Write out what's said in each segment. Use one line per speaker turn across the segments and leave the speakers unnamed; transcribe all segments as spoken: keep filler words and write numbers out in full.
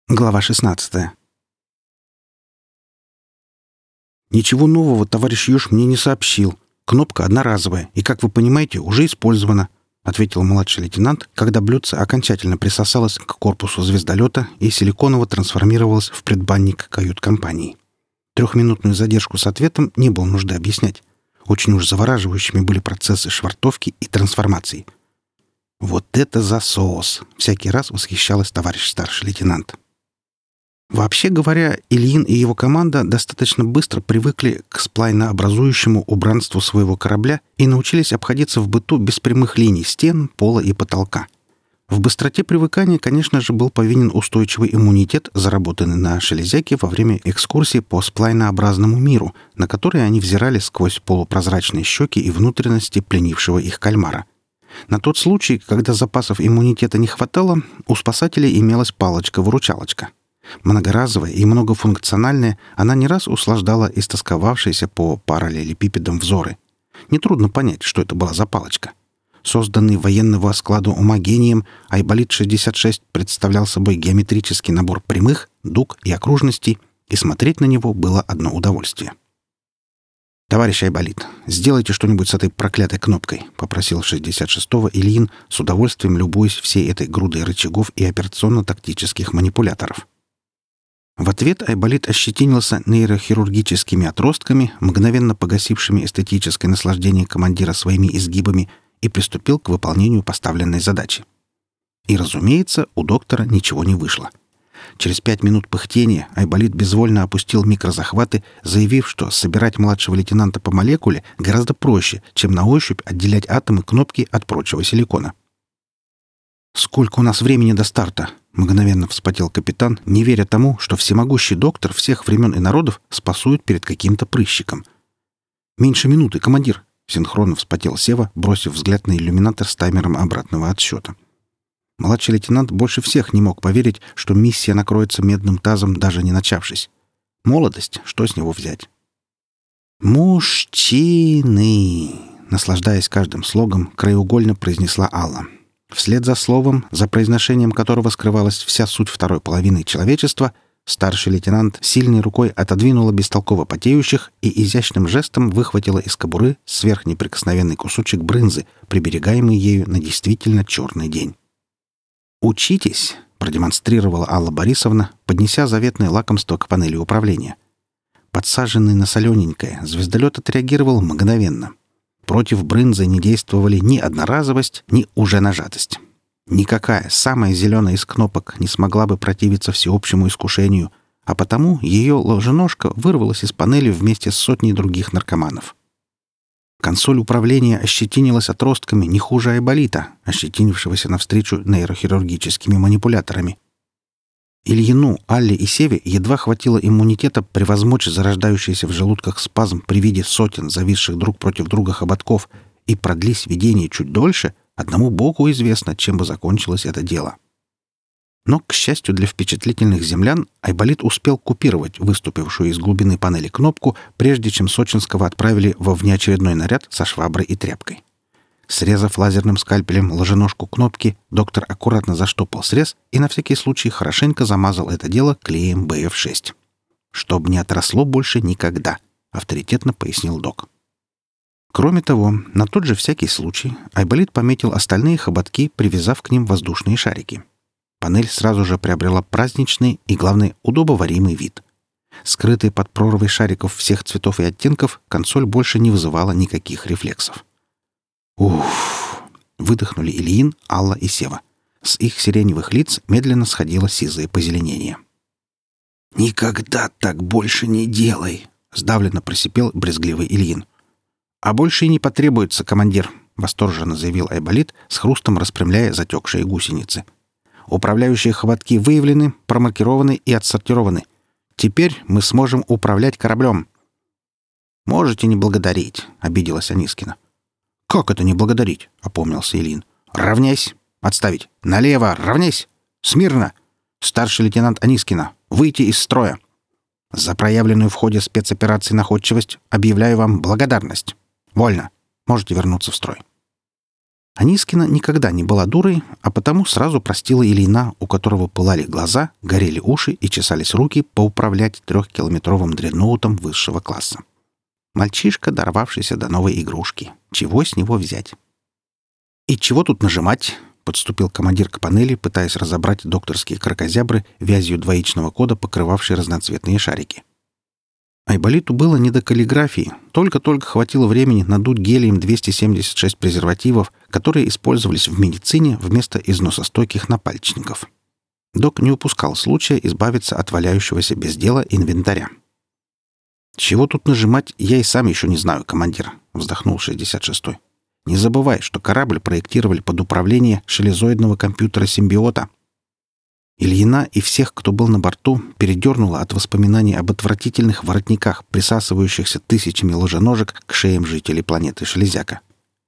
Глава шестнадцатая. «Ничего нового товарищ Юж мне не сообщил. Кнопка одноразовая и, как вы понимаете, уже использована», — ответил младший лейтенант, когда блюдце окончательно присосалось к корпусу звездолета и силиконово трансформировалось в предбанник кают-компании. Трехминутную задержку с ответом не было нужды объяснять. Очень уж завораживающими были процессы швартовки и трансформации. «Вот это засос!» — всякий раз восхищалась товарищ старший лейтенант. Вообще говоря, Ильин и его команда достаточно быстро привыкли к сплайнообразующему убранству своего корабля и научились обходиться в быту без прямых линий стен, пола и потолка. В быстроте привыкания, конечно же, был повинен устойчивый иммунитет, заработанный на Шелезяке во время экскурсии по сплайнообразному миру, на который они взирали сквозь полупрозрачные щеки и внутренности пленившего их кальмара. На тот случай, когда запасов иммунитета не хватало, у спасателей имелась палочка-выручалочка. Многоразовая и многофункциональная, она не раз услаждала истосковавшиеся по параллелепипедам взоры. Нетрудно понять, что это была за палочка. Созданный военного складу ума гением, Айболит шестьдесят шесть представлял собой геометрический набор прямых, дуг и окружностей, и смотреть на него было одно удовольствие. «Товарищ Айболит, сделайте что-нибудь с этой проклятой кнопкой», — попросил шестьдесят шестого Ильин, с удовольствием любуясь всей этой грудой рычагов и операционно-тактических манипуляторов. В ответ Айболит ощетинился нейрохирургическими отростками, мгновенно погасившими эстетическое наслаждение командира своими изгибами, и приступил к выполнению поставленной задачи. И, разумеется, у доктора ничего не вышло. Через пять минут пыхтения Айболит безвольно опустил микрозахваты, заявив, что собирать младшего лейтенанта по молекуле гораздо проще, чем на ощупь отделять атомы кнопки от прочего силикона. «Сколько у нас времени до старта?» — мгновенно вспотел капитан, не веря тому, что всемогущий доктор всех времен и народов спасует перед каким-то прыщиком. «Меньше минуты, командир!» — синхронно вспотел Сева, бросив взгляд на иллюминатор с таймером обратного отсчета. Младший лейтенант больше всех не мог поверить, что миссия накроется медным тазом, даже не начавшись. Молодость, что с него взять? «Мужчины!» — наслаждаясь каждым слогом, краеугольно произнесла Алла. Вслед за словом, за произношением которого скрывалась вся суть второй половины человечества, старший лейтенант сильной рукой отодвинула бестолково потеющих и изящным жестом выхватила из кобуры сверхнеприкосновенный кусочек брынзы, приберегаемый ею на действительно черный день. «Учитесь!» — продемонстрировала Алла Борисовна, поднеся заветное лакомство к панели управления. Подсаженный на солененькое, звездолет отреагировал мгновенно. Против брынзы не действовали ни одноразовость, ни уже нажатость. Никакая, самая зеленая из кнопок не смогла бы противиться всеобщему искушению, а потому ее ложеножка вырвалась из панели вместе с сотней других наркоманов. Консоль управления ощетинилась отростками не хуже Айболита, ощетинившегося навстречу нейрохирургическими манипуляторами. Ильину, Алле и Севе едва хватило иммунитета превозмочь зарождающийся в желудках спазм при виде сотен зависших друг против друга хоботков, и продлись видение чуть дольше, одному Богу известно, чем бы закончилось это дело. Но, к счастью для впечатлительных землян, Айболит успел купировать выступившую из глубины панели кнопку, прежде чем Сочинского отправили во внеочередной наряд со шваброй и тряпкой. Срезав лазерным скальпелем ложеножку кнопки, доктор аккуратно заштопал срез и на всякий случай хорошенько замазал это дело клеем бэ эф шесть. «Чтоб не отросло больше никогда», — авторитетно пояснил док. Кроме того, на тот же всякий случай Айболит пометил остальные хоботки, привязав к ним воздушные шарики. Панель сразу же приобрела праздничный и, главное, удобоваримый вид. Скрытый под прорвой шариков всех цветов и оттенков, консоль больше не вызывала никаких рефлексов. «Уф!» — выдохнули Ильин, Алла и Сева. С их сиреневых лиц медленно сходило сизое позеленение. «Никогда так больше не делай!» — сдавленно просипел брезгливый Ильин. «А больше и не потребуется, командир!» — восторженно заявил Айболит, с хрустом распрямляя затекшие гусеницы. «Управляющие хоботки выявлены, промаркированы и отсортированы. Теперь мы сможем управлять кораблем». «Можете не благодарить», — обиделась Анискина. «Как это не благодарить?» — опомнился Ильин. «Равняйсь! Отставить! Налево! Равняйсь! Смирно! Старший лейтенант Анискина, выйти из строя! За проявленную в ходе спецоперации находчивость объявляю вам благодарность. Вольно! Можете вернуться в строй». Анискина никогда не была дурой, а потому сразу простила Ильина, у которого пылали глаза, горели уши и чесались руки поуправлять трехкилометровым дредноутом высшего класса. Мальчишка, дорвавшийся до новой игрушки. Чего с него взять? «И чего тут нажимать?» — подступил командир к панели, пытаясь разобрать докторские кракозябры вязью двоичного кода, покрывавшие разноцветные шарики. Айболиту было не до каллиграфии. Только-только хватило времени надуть гелием двести семьдесят шесть презервативов, которые использовались в медицине вместо износостойких напальчников. Док не упускал случая избавиться от валяющегося без дела инвентаря. «Чего тут нажимать, я и сам еще не знаю, командир», — вздохнул шестьдесят шестой. «Не забывай, что корабль проектировали под управление шелезоидного компьютера симбиота». Ильина и всех, кто был на борту, передернуло от воспоминаний об отвратительных воротниках, присасывающихся тысячами ложеножек к шеям жителей планеты Шелезяка.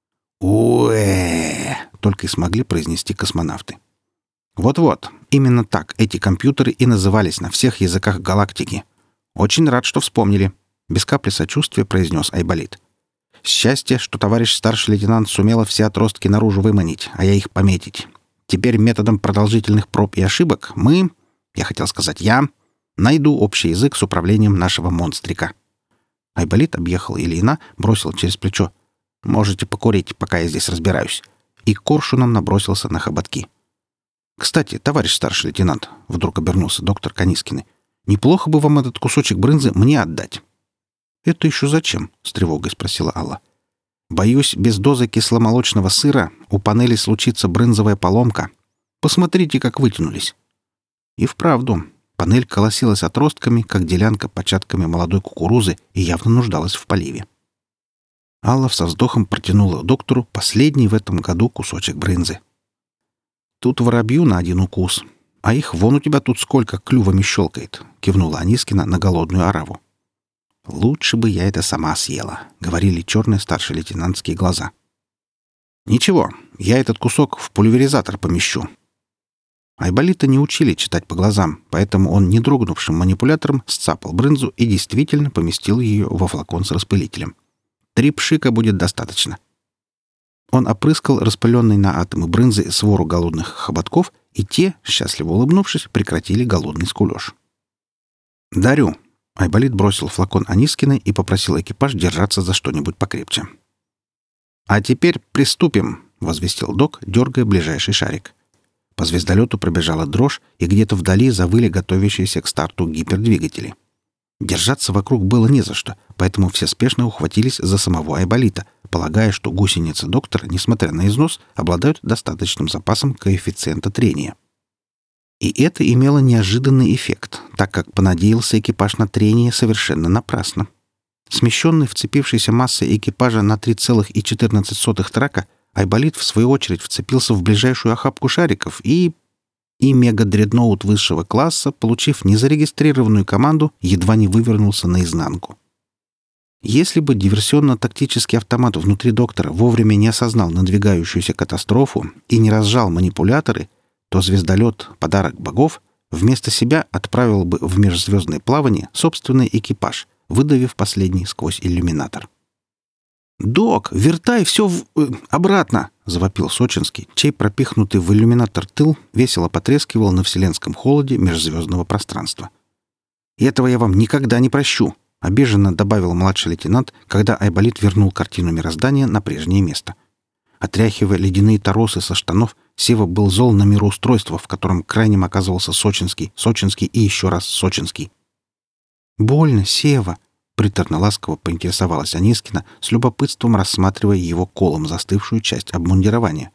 «Уэ!» — только и смогли произнести космонавты. Вот-вот, именно так эти компьютеры и назывались на всех языках галактики. «Очень рад, что вспомнили», — без капли сочувствия произнес Айболит. «Счастье, что товарищ старший лейтенант сумела все отростки наружу выманить, а я их пометить. Теперь методом продолжительных проб и ошибок мы, я хотел сказать я, найду общий язык с управлением нашего монстрика». Айболит объехал Ильина, бросил через плечо. «Можете покурить, пока я здесь разбираюсь». И коршуном набросился на хоботки. «Кстати, товарищ старший лейтенант», — вдруг обернулся доктор Канискины, «неплохо бы вам этот кусочек брынзы мне отдать». «Это еще зачем?» — с тревогой спросила Алла. «Боюсь, без дозы кисломолочного сыра у панели случится брынзовая поломка. Посмотрите, как вытянулись». И вправду, панель колосилась отростками, как делянка початками молодой кукурузы, и явно нуждалась в поливе. Алла со вздохом протянула доктору последний в этом году кусочек брынзы. «Тут воробью на один укус, а их вон у тебя тут сколько клювами щелкает», — кивнула Анискина на голодную ораву. «Лучше бы я это сама съела», — говорили черные старшие лейтенантские глаза. «Ничего, я этот кусок в пульверизатор помещу». Айболита не учили читать по глазам, поэтому он не дрогнувшим манипулятором сцапал брынзу и действительно поместил ее во флакон с распылителем. «Три пшика будет достаточно». Он опрыскал распыленный на атомы брынзы свору голодных хоботков, и те, счастливо улыбнувшись, прекратили голодный скулеж. «Дарю». Айболит бросил флакон Анискиной и попросил экипаж держаться за что-нибудь покрепче. «А теперь приступим», — возвестил док, дергая ближайший шарик. По звездолету пробежала дрожь, и где-то вдали завыли готовящиеся к старту гипердвигатели. Держаться вокруг было не за что, поэтому все спешно ухватились за самого Айболита, полагая, что гусеницы доктора, несмотря на износ, обладают достаточным запасом коэффициента трения. И это имело неожиданный эффект, так как понадеялся экипаж на трение совершенно напрасно. Смещенный вцепившейся массой экипажа на три целых четырнадцать сотых трака, Айболит в свою очередь вцепился в ближайшую охапку шариков и... И мега-дредноут высшего класса, получив незарегистрированную команду, едва не вывернулся наизнанку. Если бы диверсионно-тактический автомат внутри доктора вовремя не осознал надвигающуюся катастрофу и не разжал манипуляторы, то звездолет, подарок богов, вместо себя отправил бы в межзвездное плавание собственный экипаж, выдавив последний сквозь иллюминатор. «Док, вертай все в... Э, обратно!» — завопил Сочинский, чей пропихнутый в иллюминатор тыл весело потрескивал на вселенском холоде межзвездного пространства. «Этого я вам никогда не прощу!» — обиженно добавил младший лейтенант, когда Айболит вернул картину мироздания на прежнее место. Отряхивая ледяные торосы со штанов, Сева был зол на мироустройство, в котором крайним оказывался Сочинский, Сочинский и еще раз Сочинский. «Больно, Сева!» — приторно-ласково поинтересовалась Анискина, с любопытством рассматривая его колом застывшую часть обмундирования.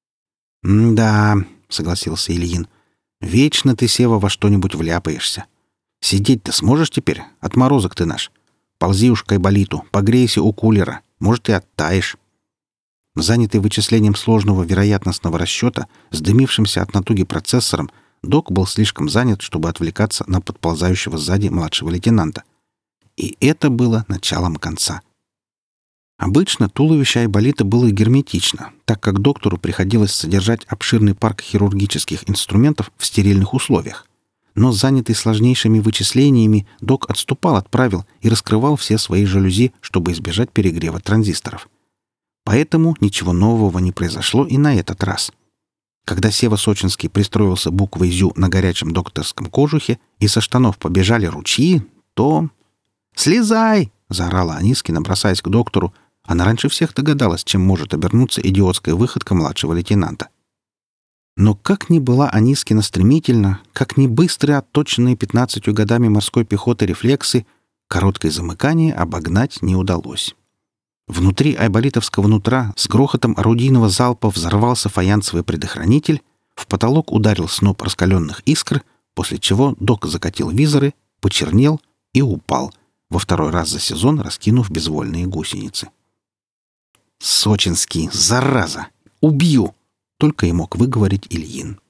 «Да», — согласился Ильин, — «вечно ты, Сева, во что-нибудь вляпаешься. Сидеть-то сможешь теперь? Отморозок ты наш. Ползи уж к Айболиту, погрейся у кулера, может, и оттаешь». Занятый вычислением сложного вероятностного расчета, с дымившимся от натуги процессором, док был слишком занят, чтобы отвлекаться на подползающего сзади младшего лейтенанта. И это было началом конца. Обычно туловище Айболита было герметично, так как доктору приходилось содержать обширный парк хирургических инструментов в стерильных условиях. Но занятый сложнейшими вычислениями, док отступал от правил и раскрывал все свои жалюзи, чтобы избежать перегрева транзисторов. Поэтому ничего нового не произошло и на этот раз. Когда Сева Сочинский пристроился буквой «Зю» на горячем докторском кожухе и со штанов побежали ручьи, то... «Слезай!» — заорала Анискина, бросаясь к доктору. Она раньше всех догадалась, чем может обернуться идиотская выходка младшего лейтенанта. Но как ни была Анискина стремительна, как ни быстрые, отточенные пятнадцатью годами морской пехоты рефлексы, короткое замыкание обогнать не удалось. Внутри айболитовского нутра с грохотом орудийного залпа взорвался фаянсовый предохранитель, в потолок ударил сноп раскаленных искр, после чего док закатил визоры, почернел и упал, во второй раз за сезон раскинув безвольные гусеницы. «Сочинский, зараза! Убью!» — только и мог выговорить Ильин.